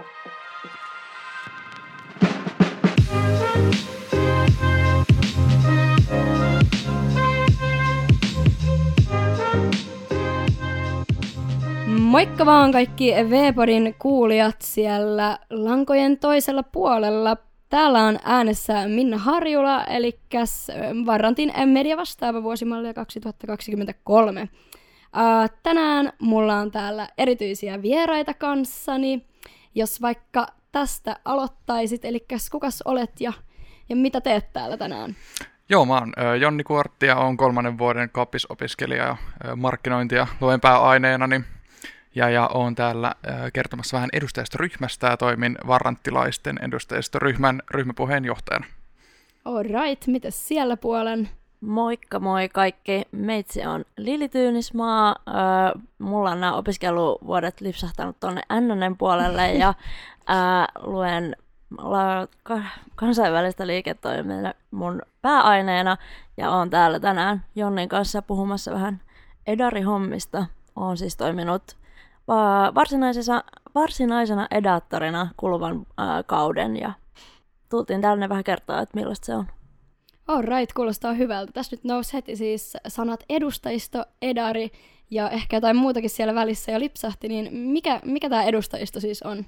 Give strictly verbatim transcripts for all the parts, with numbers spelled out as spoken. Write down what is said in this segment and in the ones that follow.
Moikka vaan kaikki V-podin kuulijat siellä lankojen toisella puolella. Täällä on äänessä Minna Harjula, eli Varrantin mediavastaava vuosimallia kaksituhattakaksikymmentäkolme. Uh, tänään mulla on täällä erityisiä vieraita kanssani. Jos vaikka tästä aloittaisit, eli kukas olet ja, ja mitä teet täällä tänään? Joo, mä oon Jonni Kuortti ja oon kolmannen vuoden kappisopiskelija ja markkinointia luen pääaineenani. Ja, ja oon täällä äh, kertomassa vähän edustajistoryhmästä ja toimin varranttilaisten edustajistoryhmän ryhmäpuheenjohtajana. All right, mitäs siellä puolen? Moikka moi kaikki. Meitsi on Lili Tyynismaa. Äh, mulla on nämä opiskeluvuodet lipsahtanut tuonne N N puolelle ja äh, luen la- ka- kansainvälistä liiketoimintaa mun pääaineena. Ja oon täällä tänään Jonnin kanssa puhumassa vähän edarihommista. Oon siis toiminut Varsinaisena, varsinaisena edaattorina kuluvan ää, kauden ja tultiin tänne vähän kertoa, että millaista se on. All right, kuulostaa hyvältä. Tässä nyt nousi heti siis sanat edustajisto, edari ja ehkä jotain muutakin siellä välissä jo lipsahti, niin mikä, mikä tämä edustajisto siis on?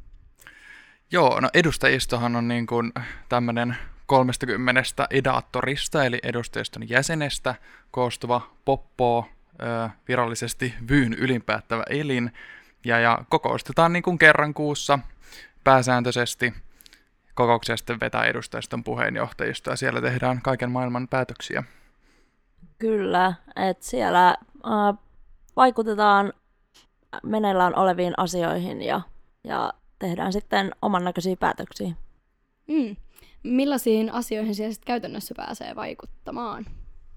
Joo, no edustajistohan on niin kuin tämmöinen kolmekymmentä edaattorista eli edustajiston jäsenestä koostuva poppo, virallisesti Vyyn ylinpäättävä elin, ja, ja kokoustetaan niin kuin kerran kuussa pääsääntöisesti. Kokouksia sitten vetää edustajiston puheenjohtajisto, ja siellä tehdään kaiken maailman päätöksiä. Kyllä, että siellä äh, vaikutetaan meneillään oleviin asioihin, ja, ja tehdään sitten oman näköisiä päätöksiä. Mm. Millaisiin asioihin siellä sitten käytännössä pääsee vaikuttamaan?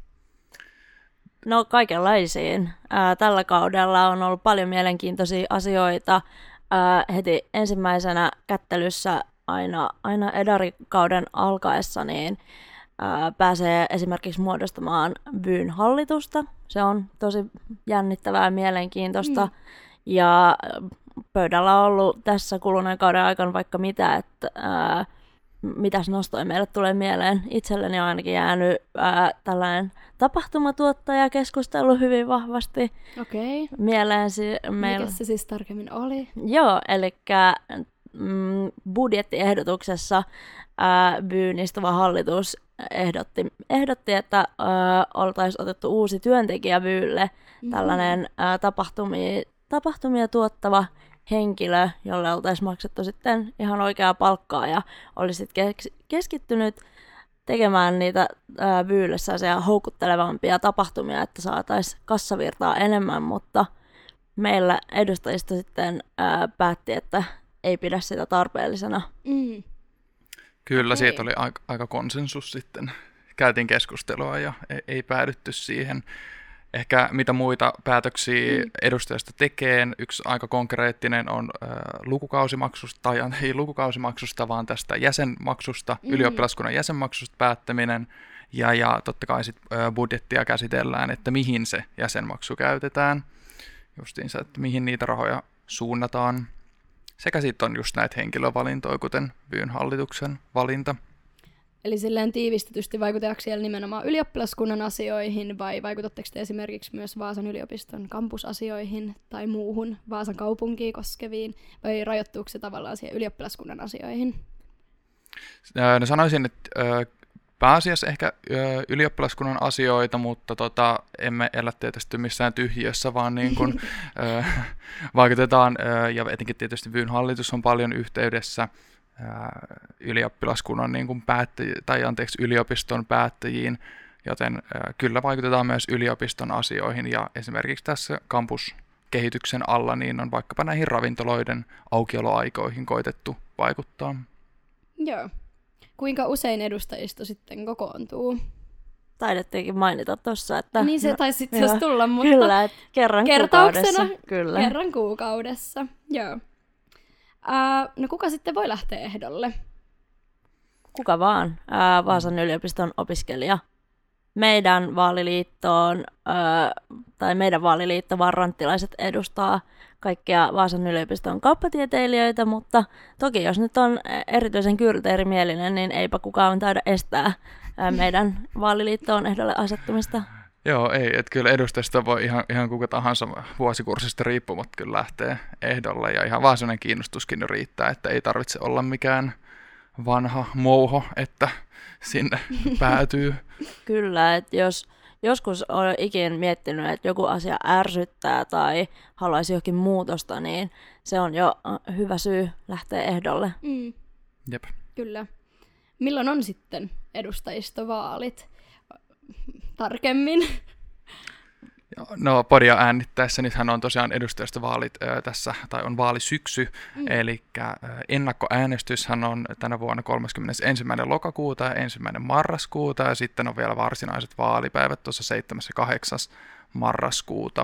No kaikenlaisiin. Ää, tällä kaudella on ollut paljon mielenkiintoisia asioita. Ää, heti ensimmäisenä kättelyssä aina, aina edarikauden alkaessa niin ää, pääsee esimerkiksi muodostamaan Vyyn hallitusta. Se on tosi jännittävää ja mielenkiintoista. Mm. Ja pöydällä on ollut tässä kuluneen kauden aikana vaikka mitä, että ää, mitäs nostoja meille tulee mieleen. Itselleni on ainakin jäänyt ää, tällainen tapahtumatuottaja keskustelu hyvin vahvasti Okei. mieleen. Si- meil... Mikä se siis tarkemmin oli? Joo, eli mm, budjettiehdotuksessa ää, Vyyn istuva hallitus ehdotti, ehdotti että ää, oltaisiin otettu uusi työntekijä Vyylle, mm-hmm. tällainen ää, tapahtumia, tapahtumia tuottava henkilö, jolle oltaisiin maksettu sitten ihan oikeaa palkkaa ja olisi keskittynyt tekemään niitä ää, Vyylle sellaisia houkuttelevampia tapahtumia, että saataisiin kassavirtaa enemmän, mutta meillä edustajista sitten ää, päätti, että ei pidä sitä tarpeellisena. Mm. Kyllä, okay. Siitä oli aika, aika konsensus sitten. Käytiin keskustelua ja ei, ei päädytty siihen. Ehkä mitä muita päätöksiä mm. edustajasta tekee, yksi aika konkreettinen on äh, lukukausimaksusta, tai ei lukukausimaksusta, vaan tästä jäsenmaksusta, mm. ylioppilaskunnan jäsenmaksusta päättäminen, ja, ja totta kai sit, äh, budjettia käsitellään, että mihin se jäsenmaksu käytetään, justiinsa, että mihin niitä rahoja suunnataan, sekä sitten on just näitä henkilövalintoja, kuten Vyyn hallituksen valinta. Eli silleen tiivistetysti vaikutaako siellä nimenomaan ylioppilaskunnan asioihin vai vaikutatteko te esimerkiksi myös Vaasan yliopiston kampusasioihin tai muuhun Vaasan kaupunkia koskeviin vai rajoittuuko se tavallaan siihen ylioppilaskunnan asioihin? No sanoisin, että pääasiassa ehkä ylioppilaskunnan asioita, mutta tota, emme elä tietysti missään tyhjiössä, vaan niin kun, vaikutetaan ja etenkin tietysti Vyyn hallitus on paljon yhteydessä ylioppilaskunnan niin kuin päättäji- tai anteeksi, yliopiston päättäjiin, joten äh, kyllä vaikutetaan myös yliopiston asioihin ja esimerkiksi tässä kampuskehityksen alla niin on vaikkapa näihin ravintoloiden aukioloaikoihin koitettu vaikuttaa. Joo. Kuinka usein edustajisto sitten kokoontuu? Taidettiinkin mainita tuossa, että... Niin se taisi itse asiassa tulla, mutta... Kyllä, että kerran kuukaudessa. Kyllä. Kerran kuukaudessa, joo. Uh, no kuka sitten voi lähteä ehdolle? Kuka vaan. Uh, Vaasan yliopiston opiskelija. meidän vaaliliittoon, ö, tai meidän vaaliliitto Varranttilaiset edustaa kaikkia Vaasan yliopiston kauppatieteilijöitä, mutta toki jos nyt on erityisen kylteerimielinen, niin eipä kukaan taida estää ö, meidän vaaliliittoon ehdolle asettumista. Joo, ei, että kyllä edustajista voi ihan, ihan kuka tahansa vuosikurssista riippumatta kyllä lähteä ehdolle, ja ihan vaan sellainen kiinnostuskin riittää, että ei tarvitse olla mikään vanha mouho, että sinne päätyy. Kyllä, että jos joskus olen ikinä miettinyt, että joku asia ärsyttää tai haluaisi jokin muutosta, niin se on jo hyvä syy lähteä ehdolle. Mm. Jep. Kyllä. Milloin on sitten edustajistovaalit? Tarkemmin. No, podia äänittäessä nythän on tosiaan edustajistovaalit äh, tässä, tai on vaalisyksy, mm. eli äh, ennakkoäänestyshän on tänä vuonna kolmaskymmenesensimmäinen lokakuuta ja ensimmäinen marraskuuta, ja sitten on vielä varsinaiset vaalipäivät tuossa seitsemäs ja kahdeksas marraskuuta.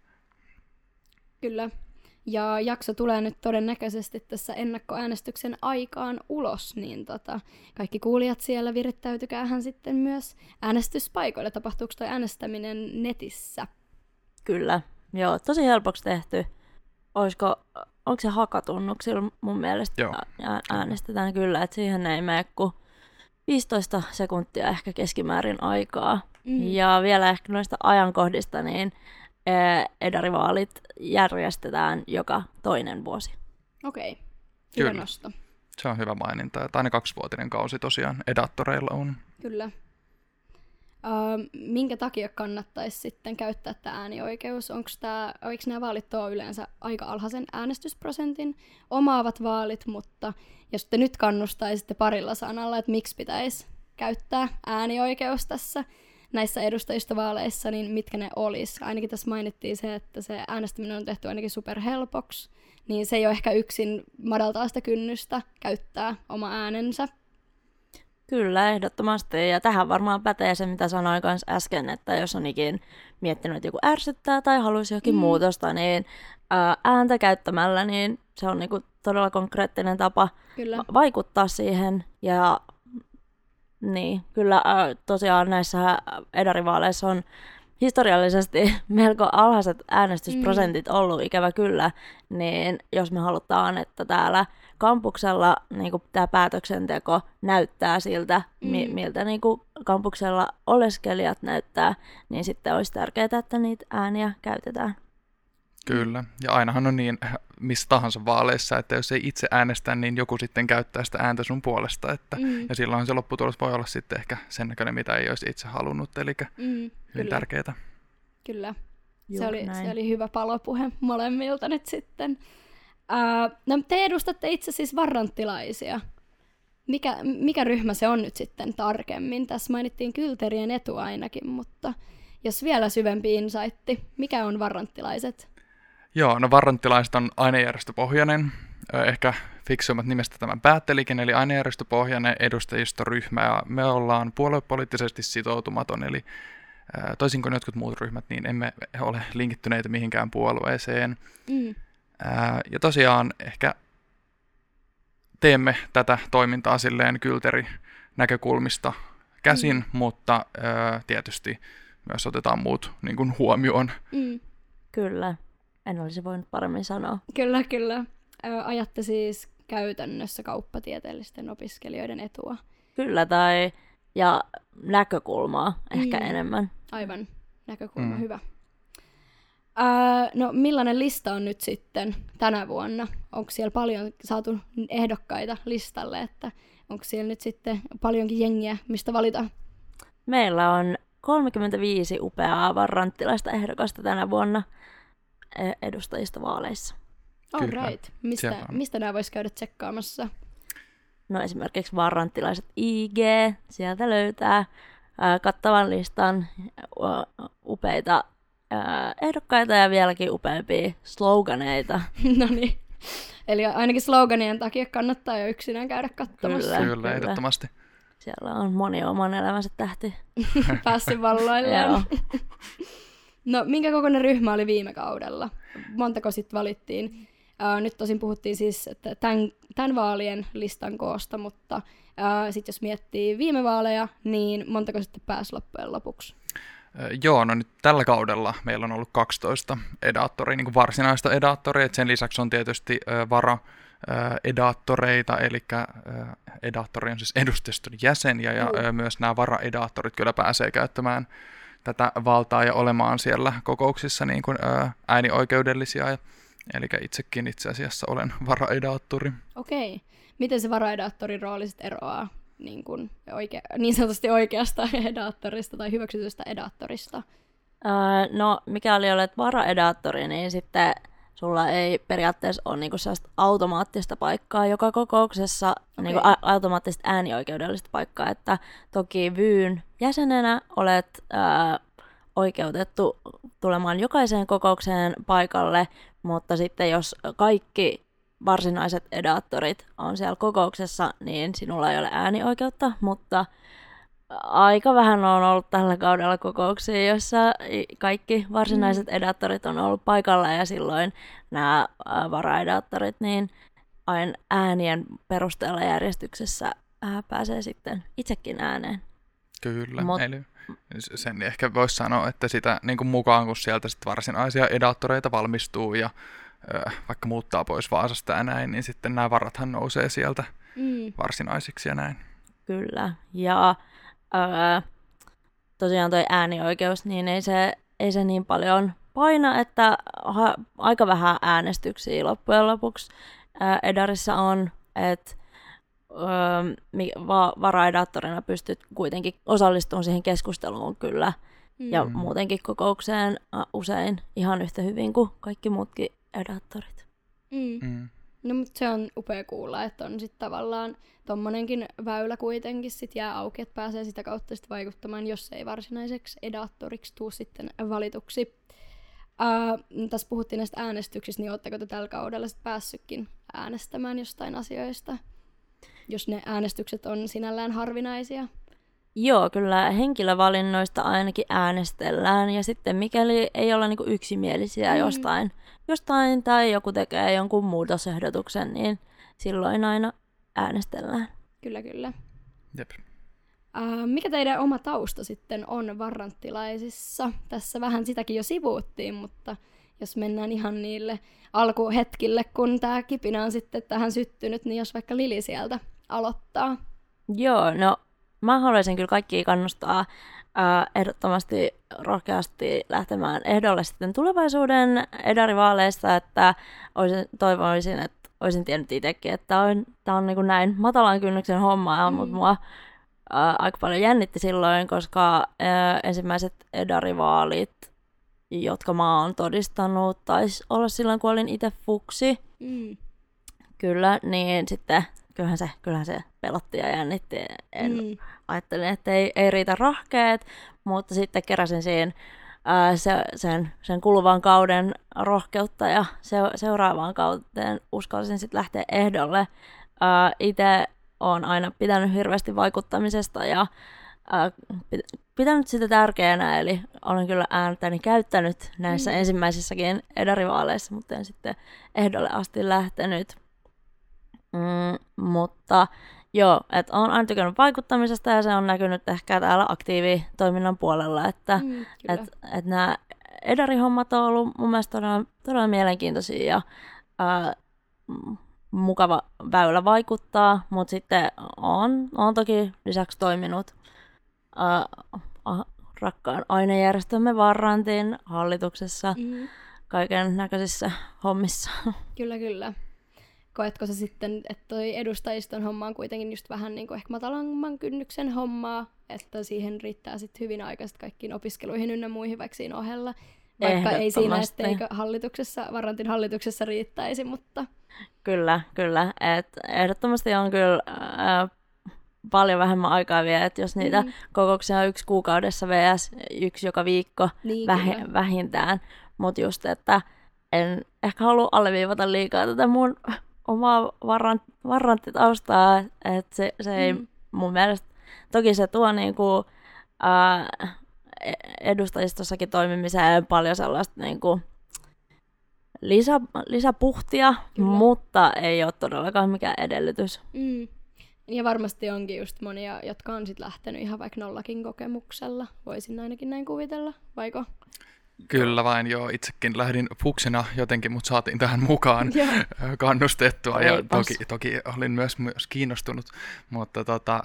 Kyllä. Ja jakso tulee nyt todennäköisesti tässä ennakkoäänestyksen aikaan ulos, niin tota, kaikki kuulijat siellä virittäytykäähän sitten myös äänestyspaikoille. Tapahtuuko tuo äänestäminen netissä? Kyllä, joo, tosi helpoksi tehty. Olisiko, onko se hakatunnuksilla mun mielestä Joo. äänestetään kyllä, että siihen ei mene kuin viisitoista sekuntia ehkä keskimäärin aikaa. Mm. Ja vielä ehkä noista ajankohdista, niin edarivaalit järjestetään joka toinen vuosi. Okei, hyvä Kyllä. nosto. Se on hyvä maininta, että aina kaksivuotinen kausi tosiaan edattoreilla on. Kyllä. Uh, minkä takia kannattaisi sitten käyttää tämä äänioikeus? Onko nämä vaalit tuo yleensä aika alhaisen äänestysprosentin omaavat vaalit, mutta jos te nyt kannustaisitte parilla sanalla, että miksi pitäisi käyttää äänioikeus tässä näissä edustajistovaaleissa, niin mitkä ne olisi? Ainakin tässä mainittiin se, että se äänestäminen on tehty ainakin superhelpoksi, niin se ei ole ehkä yksin madaltaa sitä kynnystä käyttää oma äänensä. Kyllä, ehdottomasti. Ja tähän varmaan pätee se, mitä sanoin kanssa äsken, että jos on ikin miettinyt, että joku ärsyttää tai haluaisi jokin mm. muutosta, niin ää, ääntä käyttämällä, niin se on niinku todella konkreettinen tapa Kyllä. vaikuttaa siihen. Ja niin, kyllä ää, tosiaan näissä edarivaaleissa on historiallisesti melko alhaiset äänestysprosentit mm. ollut, ikävä kyllä, niin jos me halutaan, että täällä kampuksella niin tämä päätöksenteko näyttää siltä, mm. mi- miltä niin kuin kampuksella oleskelijat näyttää, niin sitten olisi tärkeää, että niitä ääniä käytetään. Kyllä, ja ainahan on niin missä tahansa vaaleissa, että jos ei itse äänestä, niin joku sitten käyttää sitä ääntä sun puolesta, että, mm. ja silloin se lopputulos voi olla sitten ehkä sen näköinen, mitä ei olisi itse halunnut, eli mm. hyvin Kyllä. tärkeää. Kyllä, se oli, se oli hyvä palopuhe molemmilta nyt sitten. Uh, no, te edustatte itse siis varranttilaisia. Mikä, mikä ryhmä se on nyt sitten tarkemmin? Tässä mainittiin kylterien etu ainakin, mutta jos vielä syvempi insightti, mikä on varranttilaiset? Joo, no varranttilaiset on ainejärjestöpohjainen, ehkä fiksuimmat nimestä tämän päättelikin, eli ainejärjestöpohjainen edustajistoryhmä, ja me ollaan puoluepoliittisesti sitoutumaton, eli toisin kuin jotkut muut ryhmät, niin emme ole linkittyneitä mihinkään puolueeseen. Mm. Ja tosiaan ehkä teemme tätä toimintaa silleen kylterinäkökulmista käsin, mm. mutta tietysti myös otetaan muut niin kuin huomioon. Mm. Kyllä, en olisi voinut paremmin sanoa. Kyllä, kyllä. Ajatte siis käytännössä kauppatieteellisten opiskelijoiden etua. Kyllä, tai ja näkökulmaa ehkä mm. enemmän. Aivan, näkökulma, mm. hyvä. Ää, no millainen lista on nyt sitten tänä vuonna? Onko siellä paljon saatu ehdokkaita listalle, että onko siellä nyt sitten paljonkin jengiä, mistä valita? Meillä on kolmekymmentäviisi upeaa varranttilaista ehdokasta tänä vuonna edustajista vaaleissa. All right. Mistä, mistä nämä voisi käydä tsekkaamassa? No esimerkiksi varranttilaiset I G, sieltä löytää ää, kattavan listan ää, upeita ää, ehdokkaita ja vieläkin upeampia sloganeita. No niin, eli ainakin sloganien takia kannattaa jo yksinään käydä katsomassa. Kyllä, kyllä, ehdottomasti. Siellä on moni oman elämänsä tähti. Päässyt valloilleen. No minkä kokoinen ryhmä oli viime kaudella? Montako sitten valittiin Uh, nyt tosin puhuttiin siis että tämän, tämän vaalien listan koosta, mutta uh, sitten jos miettii viime vaaleja, niin montako sitten pääsi loppujen lopuksi? Joo, no nyt tällä kaudella meillä on ollut kaksitoista edaattoria, niin kuin varsinaista edaattoria, että sen lisäksi on tietysti ö, vara ö, edaattoreita, eli ö, edaattori on siis edustuston jäseniä, ja ö, myös nämä varaedaattorit kyllä pääsee käyttämään tätä valtaa ja olemaan siellä kokouksissa niin kuin ö, äänioikeudellisia, ja, eli itsekin itse asiassa olen varaedaattori. Okei. Miten se varaedaattorin rooli sitten eroaa niin, kuin oike- niin sanotusti oikeasta edaattorista tai hyväksytystä edaattorista? Öö, no, mikä oli olet varaedaattori, niin sitten sulla ei periaatteessa ole niinku sellaista automaattista paikkaa joka kokouksessa, okay. niinku a- automaattista äänioikeudellista paikkaa, että toki Vyyn jäsenenä olet öö, oikeutettu tulemaan jokaiseen kokoukseen paikalle, mutta sitten jos kaikki varsinaiset edaattorit on siellä kokouksessa, niin sinulla ei ole äänioikeutta, mutta aika vähän on ollut tällä kaudella kokouksia, joissa kaikki varsinaiset mm. edaattorit on ollut paikalla, ja silloin nämä varaedaattorit niin aina äänien perusteella järjestyksessä pääsee sitten itsekin ääneen. Kyllä, Mut, eli sen ehkä voisi sanoa, että sitä niin kuin mukaan, kun sieltä sit varsinaisia edaattoreita valmistuu ja ö, vaikka muuttaa pois Vaasasta ja näin, niin sitten nämä varathan nousee sieltä mm. varsinaisiksi ja näin. Kyllä, ja Öö, tosiaan toi äänioikeus, niin ei se, ei se niin paljon paina, että ha, aika vähän äänestyksiä loppujen lopuksi ää, Edarissa on, että öö, va, varaedaattorina pystyt kuitenkin osallistumaan siihen keskusteluun kyllä, mm. ja muutenkin kokoukseen ä, usein ihan yhtä hyvin kuin kaikki muutkin edaattorit. Mm. Mm. No, mutta se on upea kuulla, että on sitten tavallaan tommonenkin väylä kuitenkin sit jää auki, että pääsee sitä kautta sit vaikuttamaan, jos ei varsinaiseksi edaattoriksi tuu sitten valituksi. Uh, tässä puhuttiin näistä äänestyksistä, niin ootteko te tällä kaudella sit päässytkin äänestämään jostain asioista, jos ne äänestykset on sinällään harvinaisia? Joo, kyllä henkilövalinnoista ainakin äänestellään, ja sitten mikäli ei olla niinku yksimielisiä mm. jostain, jostain tai joku tekee jonkun muutosehdotuksen, niin silloin aina äänestellään. Kyllä, kyllä. Jep. Uh, mikä teidän oma tausta sitten on varranttilaisissa? Tässä vähän sitäkin jo sivuuttiin, mutta jos mennään ihan niille alkuhetkille, kun tämä kipinä on sitten tähän syttynyt, niin jos vaikka Lili sieltä aloittaa. Joo, no mä haluaisin kyllä kaikkia kannustaa äh, ehdottomasti rohkeasti lähtemään ehdolle sitten tulevaisuuden edarivaaleista, että olisin, toivoisin, että olisin tiennyt itsekin, että tämä on niin kuin näin matalan kynnyksen homma, mm. mutta mua äh, aika paljon jännitti silloin, koska äh, ensimmäiset edarivaalit, jotka mä oon todistanut, taisi olla silloin, kun olin itse fuksi. Mm. Kyllä, niin sitten kyllähän se, kyllähän se pelotti ja jännitti. En mm. ajattelin, että ei, ei riitä rahkeet, mutta sitten keräsin siinä ää, se, sen, sen kuluvan kauden rohkeutta ja se, seuraavaan kauteen uskalsin sitten lähteä ehdolle. Itse olen aina pitänyt hirveästi vaikuttamisesta ja ää, pitänyt sitä tärkeänä, eli olen kyllä ääntäni käyttänyt näissä mm. ensimmäisissäkin edarivaaleissa, mutta en sitten ehdolle asti lähtenyt. Mm, mutta joo, että olen aina tykännyt vaikuttamisesta ja se on näkynyt ehkä täällä aktiivitoiminnan puolella, että mm, et, et nämä edarihommat on ollut mun mielestä todella, todella mielenkiintoisia ja ää, mukava väylä vaikuttaa, mutta sitten on, on toki lisäksi toiminut ää, rakkaan ainejärjestömme Varrantin hallituksessa, mm. kaiken näköisissä hommissa. Kyllä, kyllä. Koetko sä sitten, että toi edustajiston homma on kuitenkin just vähän niin kuin ehkä matalamman kynnyksen hommaa, että siihen riittää sitten hyvin aikaiset kaikkiin opiskeluihin ynnä muihin vaikka siinä ohella, vaikka ei siinä, etteikö hallituksessa, Varrantin hallituksessa riittäisi, mutta... Kyllä, kyllä. Et ehdottomasti on kyllä äh, paljon vähemmän aikaa vielä, että jos niitä mm. kokouksia on yksi kuukaudessa vs. yksi joka viikko niin, väh- vähintään, mutta just, että en ehkä halua alleviivata liikaa tätä mun omaa varrant, varranttitaustaa, että se, se ei mm. mun mielestä, toki se tuo niinku, ää, edustajistossakin toimimiseen paljon sellaista niinku, lisä, lisäpuhtia, Kyllä. mutta ei ole todellakaan mikään edellytys. Mm. Ja varmasti onkin just monia, jotka on sit lähtenyt ihan vaikka nollakin kokemuksella. Voisin ainakin näin kuvitella, vaiko? Kyllä vain, joo. Itsekin lähdin fuksina jotenkin, mutta saatiin tähän mukaan kannustettua. Ja toki, toki olin myös, myös kiinnostunut, mutta tota,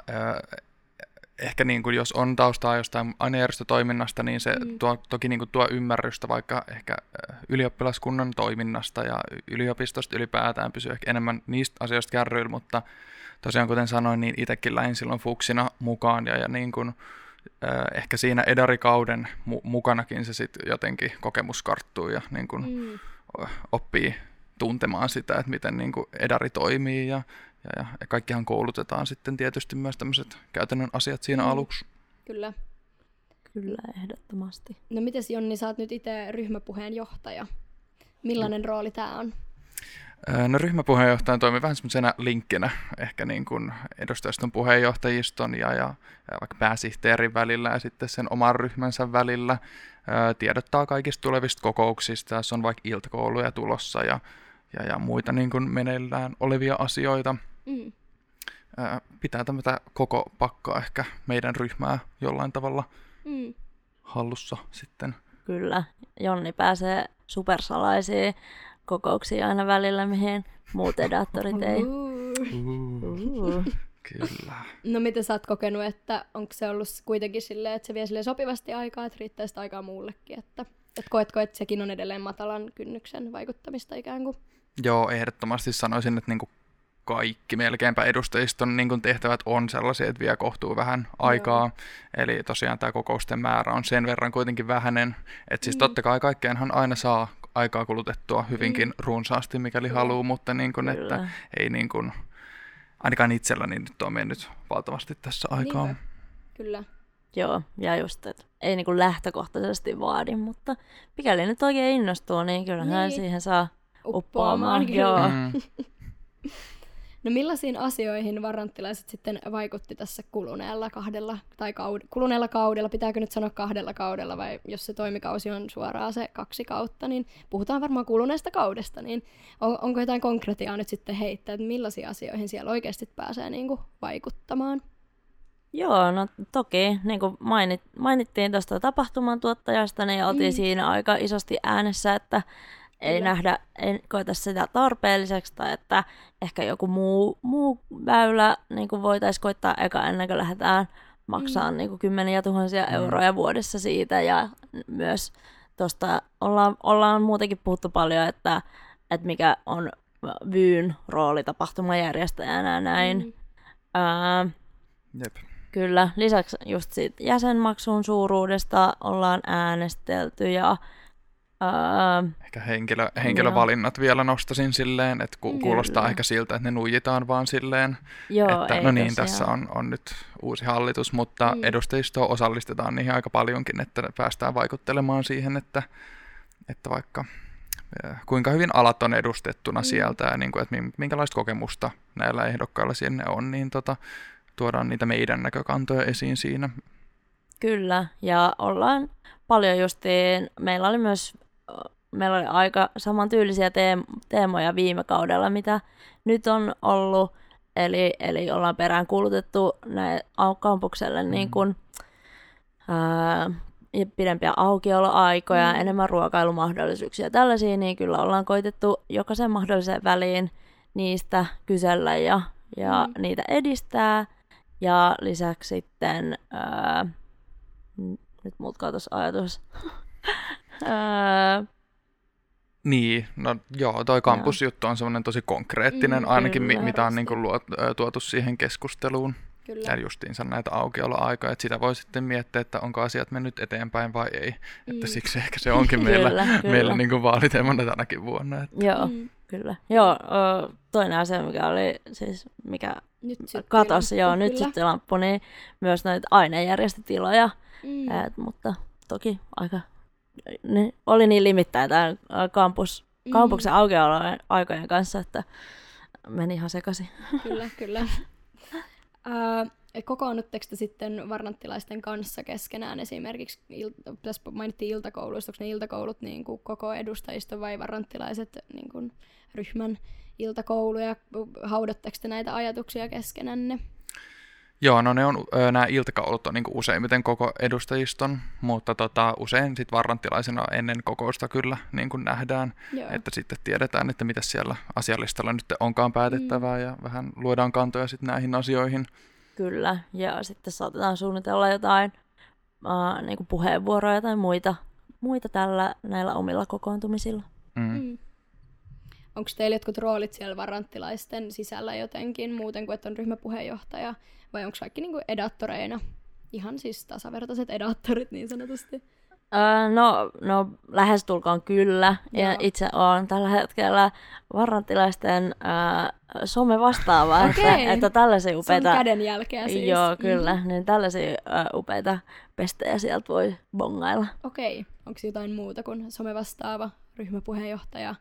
ehkä niin kuin jos on taustaa jostain ainejärjestötoiminnasta, niin se mm. tuo, toki niin kuin tuo ymmärrystä vaikka ehkä ylioppilaskunnan toiminnasta ja yliopistosta ylipäätään pysyy ehkä enemmän niistä asioista kärryillä, mutta tosiaan kuten sanoin, niin itsekin lähdin silloin fuksina mukaan ja, ja niin kuin, äh, ehkä siinä edarikauden mu- mukanakin se sitten jotenkin kokemus karttuu ja niin kuin mm. oppii tuntemaan sitä, että miten niin kuin edari toimii ja, ja, ja kaikkihan koulutetaan sitten tietysti myös tämmöiset käytännön asiat siinä mm. aluksi. Kyllä. Kyllä, ehdottomasti. No mites Jonni, sä oot nyt itse ryhmäpuheenjohtaja. Millainen no. rooli tää on? No ryhmäpuheenjohtajan toimii vähän semmoisena linkkinä ehkä niin kuin edustajaston puheenjohtajiston ja, ja, ja vaikka pääsihteerin välillä ja sitten sen oman ryhmänsä välillä. Ää, tiedottaa kaikista tulevista kokouksista, jos on vaikka iltakouluja tulossa ja, ja, ja muita niin kuin meneillään olevia asioita. Mm. Ää, pitää tämmöitä koko pakkaa ehkä meidän ryhmää jollain tavalla mm. hallussa sitten. Kyllä, Jonni pääsee supersalaisiin kokouksia aina välillä, mihin muut edaattorit ei. Uh, uh, kyllä. No miten sä oot kokenut, että onko se ollut kuitenkin silleen, että se vie silleen sopivasti aikaa, että riittää sitä aikaa muullekin, että, että koetko, että sekin on edelleen matalan kynnyksen vaikuttamista ikään kuin? Joo, ehdottomasti sanoisin, että niinku kaikki melkeinpä edustajiston niin tehtävät on sellaisia, että vie kohtuu vähän aikaa. Joo. Eli tosiaan tämä kokousten määrä on sen verran kuitenkin vähäinen, että siis mm. totta kai kaikkeenhan aina saa aikaa kulutettua hyvinkin mm. runsaasti, mikäli mm. haluaa, mutta niin kuin, että ei niin kuin, ainakaan itselläni nyt ole mennyt valtavasti tässä aikaa. Niinpä. Kyllä. Joo, ja just, että ei niin kuin lähtökohtaisesti vaadi, mutta mikäli nyt oikein innostuu, niin kyllähän niin. siihen saa uppoamaan. Joo. Mm. No millaisiin asioihin varranttilaiset sitten vaikutti tässä kuluneella kahdella, tai kaud- kuluneella kaudella, pitääkö nyt sanoa kahdella kaudella, vai jos se toimikausi on suoraan se kaksi kautta, niin puhutaan varmaan kuluneesta kaudesta, niin on, onko jotain konkretiaa nyt sitten heittää, että millaisiin asioihin siellä oikeasti pääsee niin kuin vaikuttamaan? Joo, no toki, niin kuin mainit, mainittiin tuosta tapahtumantuottajasta, niin oltiin mm. siinä aika isosti äänessä, että ei Kyllä. nähdä, ei koeta sitä tarpeelliseksi, tai että ehkä joku muu, muu väylä niin kuin voitaisiin koittaa eka ennen kuin lähdetään maksaa mm. niin kuin kymmeniä tuhansia mm. euroja vuodessa siitä, ja myös tuosta ollaan, ollaan muutenkin puhuttu paljon, että, että mikä on Vyyn rooli tapahtumajärjestäjänä ja näin. Mm. Ää, Jep. Kyllä, lisäksi just siitä jäsenmaksun suuruudesta ollaan äänestelty, ja Uh, ehkä henkilö, henkilövalinnat joo. vielä nostasin silleen, että ku, kuulostaa Kyllä. ehkä siltä, että ne nuijitaan vaan silleen, joo, että no niin, tosiaan. Tässä on, on nyt uusi hallitus, mutta mm. edustajistoa osallistetaan niihin aika paljonkin, että päästään vaikuttelemaan siihen, että, että vaikka kuinka hyvin alat on edustettuna mm. sieltä ja niin kuin, että minkälaista kokemusta näillä ehdokkailla sinne on, niin tota, tuodaan niitä meidän näkökantoja esiin siinä. Kyllä, ja ollaan paljon justiin, meillä oli myös meillä oli aika samantyylisiä teem- teemoja viime kaudella, mitä nyt on ollut, eli, eli ollaan peräänkuulutettu näin kampukselle mm. niin kuin, ää, pidempiä aukioloaikoja, mm. enemmän ruokailumahdollisuuksia, tällaisia, niin kyllä ollaan koitettu jokaisen mahdollisen väliin niistä kysellä ja, ja mm. niitä edistää, ja lisäksi sitten, ää, nyt muut katosi ajatus, ää, Niin, no joo, toi kampusjuttu on semmoinen tosi konkreettinen, mm, ainakin kyllä, mi- mitä on niin kuin luot, tuotu siihen keskusteluun. Kyllä. Ja justiinsa näitä aukioloaikoja, että sitä voi sitten miettiä, että onko asiat mennyt eteenpäin vai ei. Mm. Että siksi ehkä se onkin meillä, kyllä, meillä kyllä. Niin kuin vaaliteemana tänäkin vuonna. Että. Joo, mm. kyllä. Joo, toinen asia, mikä oli siis, mikä katosi, joo, nyt sitten lamppu, niin myös näitä ainejärjestötiloja, mm. Et, mutta toki aika... Ne oli niin limittäin tämän kampus, kampuksen mm. aukioloaikojen kanssa, että meni ihan sekaisin. Kyllä, kyllä. Uh, kokoonnutteko te sitten varnanttilaisten kanssa keskenään esimerkiksi, il- tässä mainittiin iltakouluista, onko ne iltakoulut niin kuin koko edustajisto vai varnanttilaiset niin kuin ryhmän iltakouluja, haudatteko te näitä ajatuksia keskenänne? Joo, no ne on, nämä iltakaulut on niin kuin useimmiten koko edustajiston, mutta tota, usein sit varranttilaisena ennen kokousta kyllä niin kuin nähdään, Joo. että sitten tiedetään, että mitä siellä asialistalla nyt onkaan päätettävää mm. ja vähän luodaan kantoja sitten näihin asioihin. Kyllä, ja sitten saatetaan suunnitella jotain uh, niin kuin puheenvuoroja tai muita, muita tällä näillä omilla kokoontumisilla. Mm. Mm. Onko teillä jotkut roolit siellä varanttilaisten sisällä jotenkin muuten kuin, että on ryhmäpuheenjohtaja, vai onko kaikki niinku edaattoreina? Ihan siis tasavertaiset edaattorit niin sanotusti. Öö, no, no, lähestulkoon kyllä. Joo. Ja itse olen tällä hetkellä varanttilaisten öö, some-vastaava, että, Okei. että tällaisia upeita... Se on kädenjälkeä siis. Joo, kyllä. Mm-hmm. Niin tällaisia öö, upeita pestejä sieltä voi bongailla. Okei. Onko jotain muuta kuin some-vastaava ryhmäpuheenjohtaja?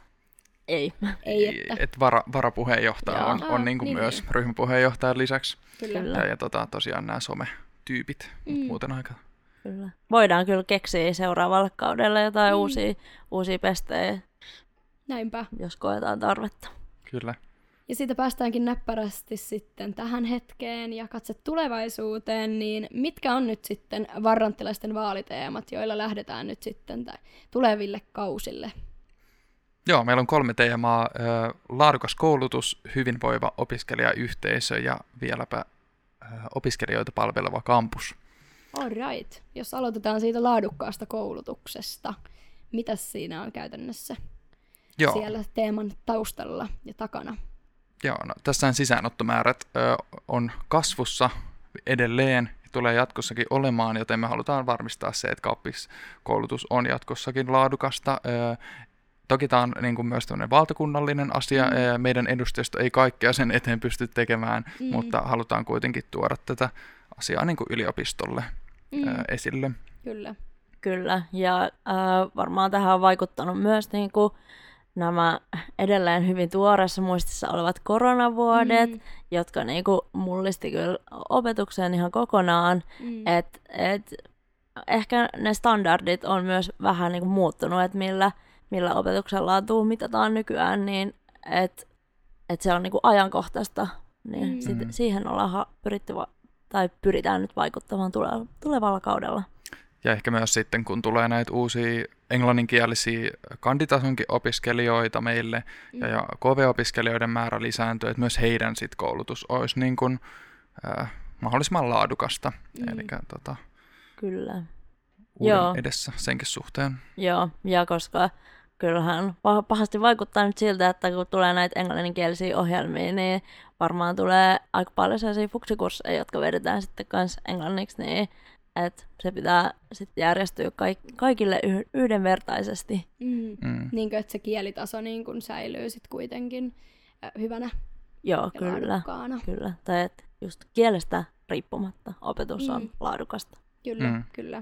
Ei. Ei, että... Et vara, varapuheenjohtaja Joo. on, on Ah, niin kuin niin, myös niin. ryhmäpuheenjohtajan lisäksi. Kyllä. Kyllä. Ja, ja tota, tosiaan nämä some-tyypit, Mm. mm. muuten aika... Kyllä. Voidaan kyllä keksiä seuraavalle kaudelle jotain Mm. uusia, uusia pestejä, Näinpä. jos koetaan tarvetta. Kyllä. Ja siitä päästäänkin näppärästi sitten tähän hetkeen ja katse tulevaisuuteen, niin mitkä on nyt sitten varranttilaisten vaaliteemat, joilla lähdetään nyt sitten tai tuleville kausille? Joo, meillä on kolme teemaa. Laadukas koulutus, hyvinvoiva opiskelijayhteisö ja vieläpä opiskelijoita palveleva kampus. All right. Jos aloitetaan siitä laadukkaasta koulutuksesta, mitä siinä on käytännössä Joo, siellä teeman taustalla ja takana? joo no, tässä sisäänottomäärät ö, on kasvussa edelleen ja tulee jatkossakin olemaan, joten me halutaan varmistaa se, että kauppiskoulutus on jatkossakin laadukasta. Ö, Toki tämä on niin kuin myös tämmöinen valtakunnallinen asia. Mm. Meidän edustajisto ei kaikkea sen eteen pysty tekemään, mm. mutta halutaan kuitenkin tuoda tätä asiaa niin kuin yliopistolle mm. ää, esille. Kyllä. Kyllä, ja äh, varmaan tähän on vaikuttanut myös niin kuin nämä edelleen hyvin tuoreessa muistissa olevat koronavuodet, mm. jotka niin kuin mullisti kyllä opetukseen ihan kokonaan. Mm. Et, et, ehkä ne standardit on myös vähän niin kuin muuttunut, että millä millä opetuksen laatua mitataan nykyään, niin että et se on niinku ajankohtaista, niin Mm. sit, siihen ollaan ha- pyritty va- tai pyritään nyt vaikuttamaan tule- tulevalla kaudella. Ja ehkä myös sitten, kun tulee näitä uusia englanninkielisiä kanditasonkin opiskelijoita meille, mm. ja, ja K V-opiskelijoiden määrä lisääntyy, että myös heidän sit koulutus olisi niin kuin, äh, mahdollisimman laadukasta. Mm. Eli tota, Kyllä. uuden Joo. edessä senkin suhteen. Joo, ja koska kyllähän pah- pahasti vaikuttaa nyt siltä, että kun tulee näitä englanninkielisiä ohjelmia, niin varmaan tulee aika paljon sellaisia fuksikursseja, jotka vedetään sitten kanssa englanniksi, niin että se pitää sitten järjestyä kaik- kaikille yh- yhdenvertaisesti. Mm. Mm. Niin kuin, että se kielitaso niin kuin säilyy sitten kuitenkin äh, hyvänä Joo, ja kyllä. laadukkaana. Kyllä, tai että just kielestä riippumatta opetus on Mm. laadukasta. Kyllä, Mm. kyllä.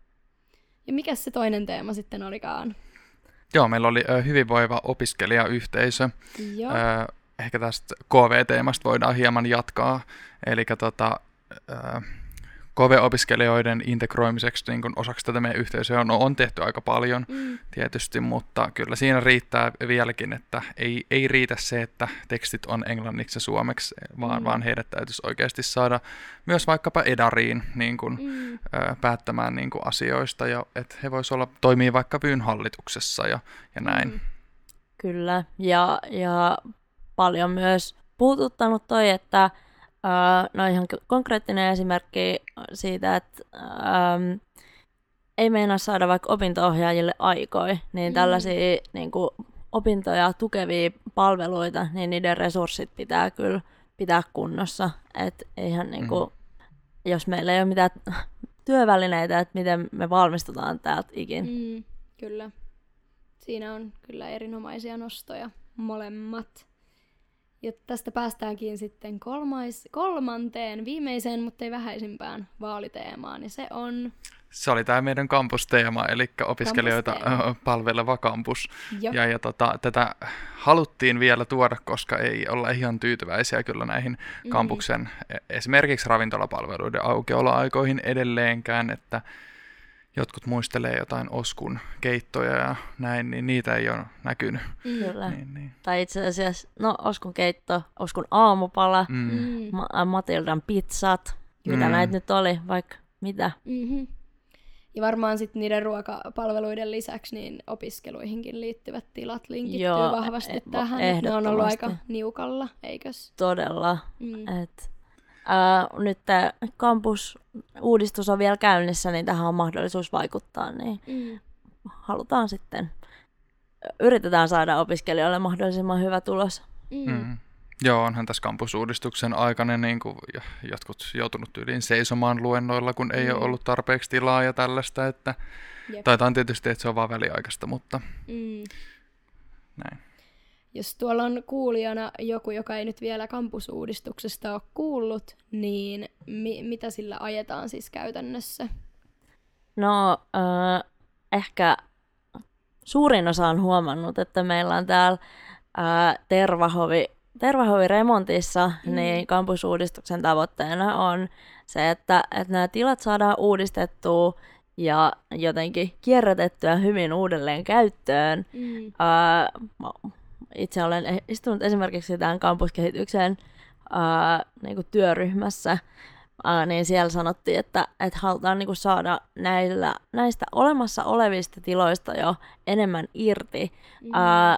Ja mikä se toinen teema sitten olikaan? Joo, meillä oli ö, hyvinvoiva opiskelijayhteisö. Joo. Ö, ehkä tästä K V-teemasta voidaan hieman jatkaa. Eli tota, ö, K V-opiskelijoiden integroimiseksi niin kun osaksi tätä meidän yhteisöä on, on tehty aika paljon Mm. tietysti, mutta kyllä siinä riittää vieläkin, että ei, ei riitä se, että tekstit on englanniksi ja suomeksi, vaan, Mm. vaan heidät täytyisi oikeasti saada myös vaikkapa edariin niin kun, Mm. ö, päättämään niin kun asioista, ja että he voisivat olla toimii vaikka Vyyn hallituksessa ja, ja näin. Mm. Kyllä, ja, ja paljon myös puhututtanut toi, että Uh, no ihan konkreettinen esimerkki siitä, että um, ei meinaa saada vaikka opinto-ohjaajille aikoi, niin Mm. tällaisia niin kuin, opintoja tukevia palveluita, niin niiden resurssit pitää kyllä pitää kunnossa. Et eihän, niin kuin, mm. jos meillä ei ole mitään työvälineitä, että miten me valmistutaan täältä ikin. Mm. Kyllä. Siinä on kyllä erinomaisia nostoja molemmat. Ja tästä päästäänkin sitten kolmais, kolmanteen, viimeiseen, mutta ei vähäisimpään vaaliteemaan, ja se on... Se oli tämä meidän kampusteema, eli opiskelijoita Kampusteema. palveleva kampus. Joo. Ja, ja tota, tätä haluttiin vielä tuoda, koska ei olla ihan tyytyväisiä kyllä näihin Mm. kampuksen e- esimerkiksi ravintolapalveluiden aukioloaikoihin edelleenkään, että jotkut muistelee jotain Oskun keittoja ja näin, niin niitä ei ole näkynyt. Mm. Kyllä. Niin, niin. Tai itse asiassa, no Oskun keitto, Oskun aamupala, Mm. Mm. Ma- Matildan pizzat, mitä Mm. näitä nyt oli, vaikka mitä. Mm-hmm. Ja varmaan sitten niiden ruokapalveluiden lisäksi niin opiskeluihinkin liittyvät tilat linkittyy Joo, vahvasti e- tähän. että Ne on ollut ehdottomasti. aika niukalla, eikös? Todella. Mm. Et, ää, nyt tämä kampusuudistus on vielä käynnissä, niin tähän on mahdollisuus vaikuttaa, niin Mm. halutaan sitten, yritetään saada opiskelijoille mahdollisimman hyvä tulos. Mm. Mm. Joo, onhan tässä kampusuudistuksen aikana niin kuin jotkut joutunut yliin seisomaan luennoilla, kun ei Mm. ole ollut tarpeeksi tilaa ja tällaista, että Jep. taitaan tietysti, että se on vaan väliaikaista, mutta Mm. näin. Jos tuolla on kuulijana joku, joka ei nyt vielä kampusuudistuksesta ole kuullut, niin mi- mitä sillä ajetaan siis käytännössä? No, äh, ehkä suurin osa on huomannut, että meillä on täällä äh, Tervahovi, Tervahovi remontissa, Mm. niin kampusuudistuksen tavoitteena on se, että, että nämä tilat saadaan uudistettua ja jotenkin kierrätettyä hyvin uudelleen käyttöön. Mm. Äh, mä- itse olen e- istunut esimerkiksi tämän kampuskehityksen äh, niin kuin työryhmässä, äh, niin siellä sanottiin, että, että halutaan niin kuin saada näillä, näistä olemassa olevista tiloista jo enemmän irti. Mm. Äh,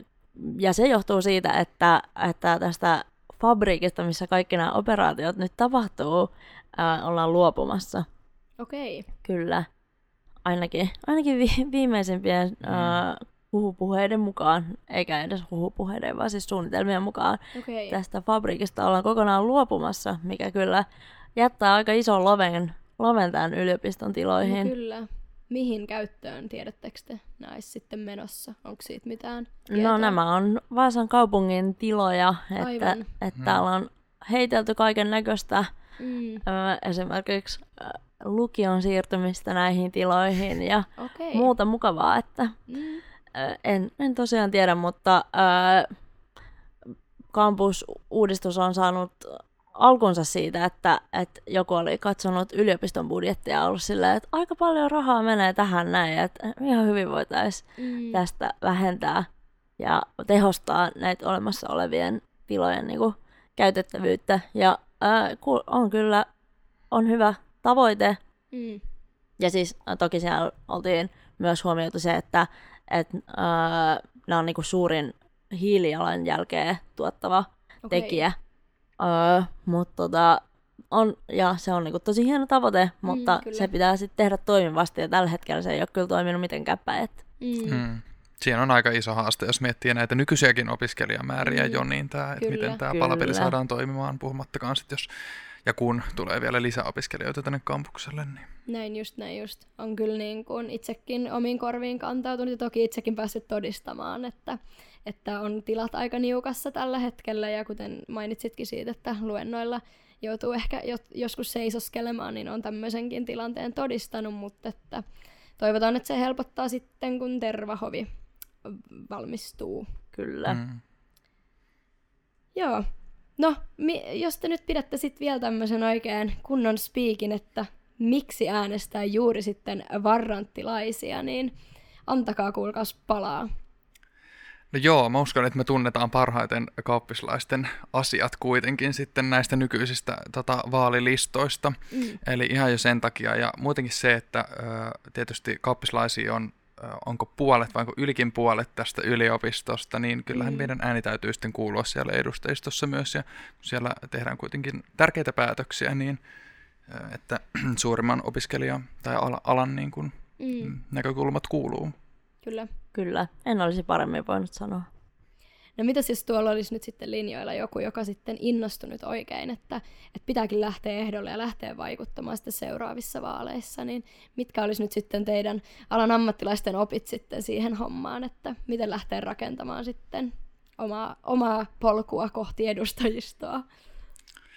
ja se johtuu siitä, että, että tästä fabriikista, missä kaikki nämä operaatiot nyt tapahtuu, äh, ollaan luopumassa. Okei. Okay. Kyllä. Ainakin, ainakin vi- viimeisimpien Mm. uh, huhupuheiden mukaan, eikä edes huhupuheiden, vaan siis suunnitelmien mukaan Okei. tästä fabriikista ollaan kokonaan luopumassa, mikä kyllä jättää aika ison loven, loven tämän yliopiston tiloihin. No kyllä. Mihin käyttöön, tiedättekö te, näissä sitten menossa? Onko siitä mitään No tietoa? nämä on Vaasan kaupungin tiloja, että, Aivan. että Mm. täällä on heitelty kaiken näköistä, Mm. esimerkiksi ö, lukion siirtymistä näihin tiloihin ja Okei. muuta mukavaa, että Mm. Ö, En, en tosiaan tiedä, mutta ö, kampusuudistus on saanut alkunsa siitä, että, että joku oli katsonut yliopiston budjettia ja ollut silleen, että aika paljon rahaa menee tähän näin, että ihan hyvin voitaisiin Mm. tästä vähentää ja tehostaa näitä olemassa olevien tilojen niin kuin, käytettävyyttä. Ja ö, ku- on kyllä on hyvä tavoite. Mm. Ja siis äh, toki siellä oltiin myös huomioitu se, että et, äh, nämä on niinku suurin hiilijalanjälkeä tuottava Okei. tekijä. Äh, mut tota, on, ja se on niinku tosi hieno tavoite, mutta kyllä. se pitää sitten tehdä toimivasti, ja tällä hetkellä se ei ole kyllä toiminut mitenkään päin. Et, Mm. Mm. Siinä on aika iso haaste, jos miettii näitä nykyisiäkin opiskelijamääriä Mm. jo, niin tää, että Kyllä. miten tämä Kyllä. palapeli saadaan toimimaan, puhumattakaan sitten, jos ja kun tulee vielä lisää opiskelijoita tänne kampukselle. Niin. Näin just, näin just. On kyllä niin kuin itsekin omiin korviin kantautunut ja toki itsekin päässyt todistamaan, että, että on tilat aika niukassa tällä hetkellä ja kuten mainitsitkin siitä, että luennoilla joutuu ehkä jo, joskus seisoskelemaan, niin on tämmöisenkin tilanteen todistanut, mutta että toivotaan, että se helpottaa sitten, kun Tervahovi valmistuu. kyllä. Mm. Mm. Joo. No, mi- jos te nyt pidätte sitten vielä tämmöisen oikein kunnon spiikin, että miksi äänestää juuri sitten varranttilaisia, niin antakaa kuulkaas palaa. No joo, mä uskon, että me tunnetaan parhaiten kauppislaisten asiat kuitenkin sitten näistä nykyisistä tota, vaalilistoista. Mm. Eli ihan jo sen takia, ja muutenkin se, että ö, tietysti kauppislaisia on, ö, onko puolet vai onko ylikin puolet tästä yliopistosta, niin kyllähän Mm. meidän ääni täytyy sitten kuulua siellä edustajistossa myös, ja kun siellä tehdään kuitenkin tärkeitä päätöksiä, niin ö, että suurimman opiskelija- tai ala- alan niin kuin, Mm. näkökulmat kuuluu. Kyllä. Kyllä, en olisi paremmin voinut sanoa. No mitäs jos tuolla olisi nyt sitten linjoilla joku, joka sitten innostunut oikein, että, että pitääkin lähteä ehdolle ja lähteä vaikuttamaan sitten seuraavissa vaaleissa, niin mitkä olisi nyt sitten teidän alan ammattilaisten opit sitten siihen hommaan, että miten lähteä rakentamaan sitten omaa, omaa polkua kohti edustajistoa?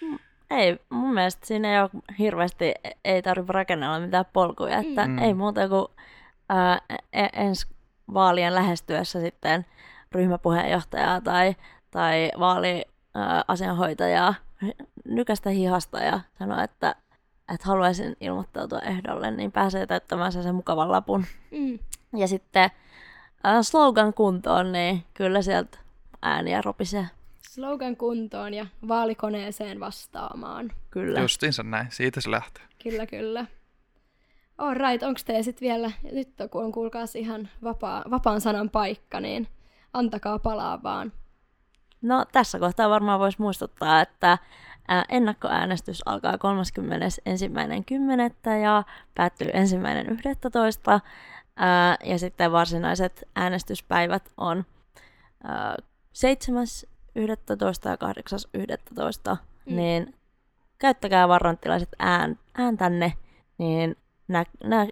ei, mun mielestä siinä ei ole hirveästi, ei tarvitse rakennella mitään polkuja, että Mm. ei muuta kuin ää, ensi vaalien lähestyessä sitten ryhmäpuheenjohtajaa tai, tai vaaliasianhoitajaa nykästä hihasta ja sanoa, että, että haluaisin ilmoittautua ehdolle, niin pääsee täyttämään sen mukavan lapun. Mm. Ja sitten ää, slogan kuntoon, niin kyllä sieltä ääniä ropisee. Slogan kuntoon ja vaalikoneeseen vastaamaan. Kyllä. Justiinsa näin, siitä se lähtee. Kyllä, kyllä. All right, onko teillä sitten vielä, nyt kun on kuulkaas ihan vapaa, vapaan sanan paikka, niin antakaa palaa vaan. No tässä kohtaa varmaan voisi muistuttaa, että ää, ennakkoäänestys alkaa kolmaskymmenesensimmäinen kymmenettä ja päättyy ensimmäinen yhdestoista. Ää, ja sitten varsinaiset äänestyspäivät on ää, seitsemäs yhdestoista ja kahdeksas yhdestoista. Mm. Niin käyttäkää varranttilaiset ään, ääntänne, niin nä, nä,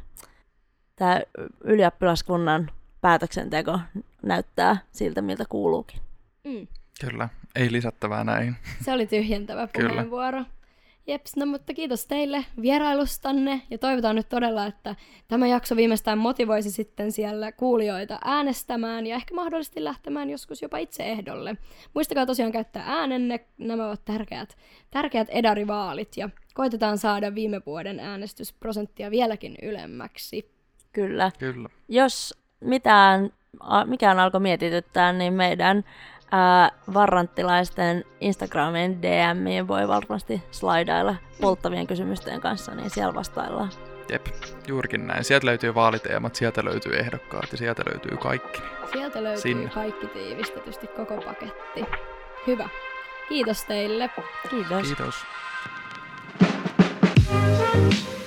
tämä ylioppilaskunnan päätöksenteko näyttää siltä, miltä kuuluukin. Mm. Kyllä, ei lisättävää näin. Se oli tyhjentävä Kyllä. puheenvuoro. Jeps, no mutta kiitos teille vierailustanne ja toivotaan nyt todella, että tämä jakso viimeistään motivoisi sitten siellä kuulijoita äänestämään ja ehkä mahdollisesti lähtemään joskus jopa itse ehdolle. Muistakaa tosiaan käyttää äänenne, nämä ovat tärkeät, tärkeät edarivaalit ja koitetaan saada viime vuoden äänestysprosenttia vieläkin ylemmäksi. Kyllä. Kyllä. Jos mitään, a- mikään alkoi mietityttää, niin meidän ää, varranttilaisten Instagramin D M:iin voi varmasti slidailla polttavien kysymysten kanssa, niin siellä vastaillaan. Jep, juurikin näin. Sieltä löytyy vaaliteemat, sieltä löytyy ehdokkaat ja sieltä löytyy kaikki. Sieltä löytyy Sinne. kaikki tiivistetysti, koko paketti. Hyvä. Kiitos teille. Kiitos. Kiitos.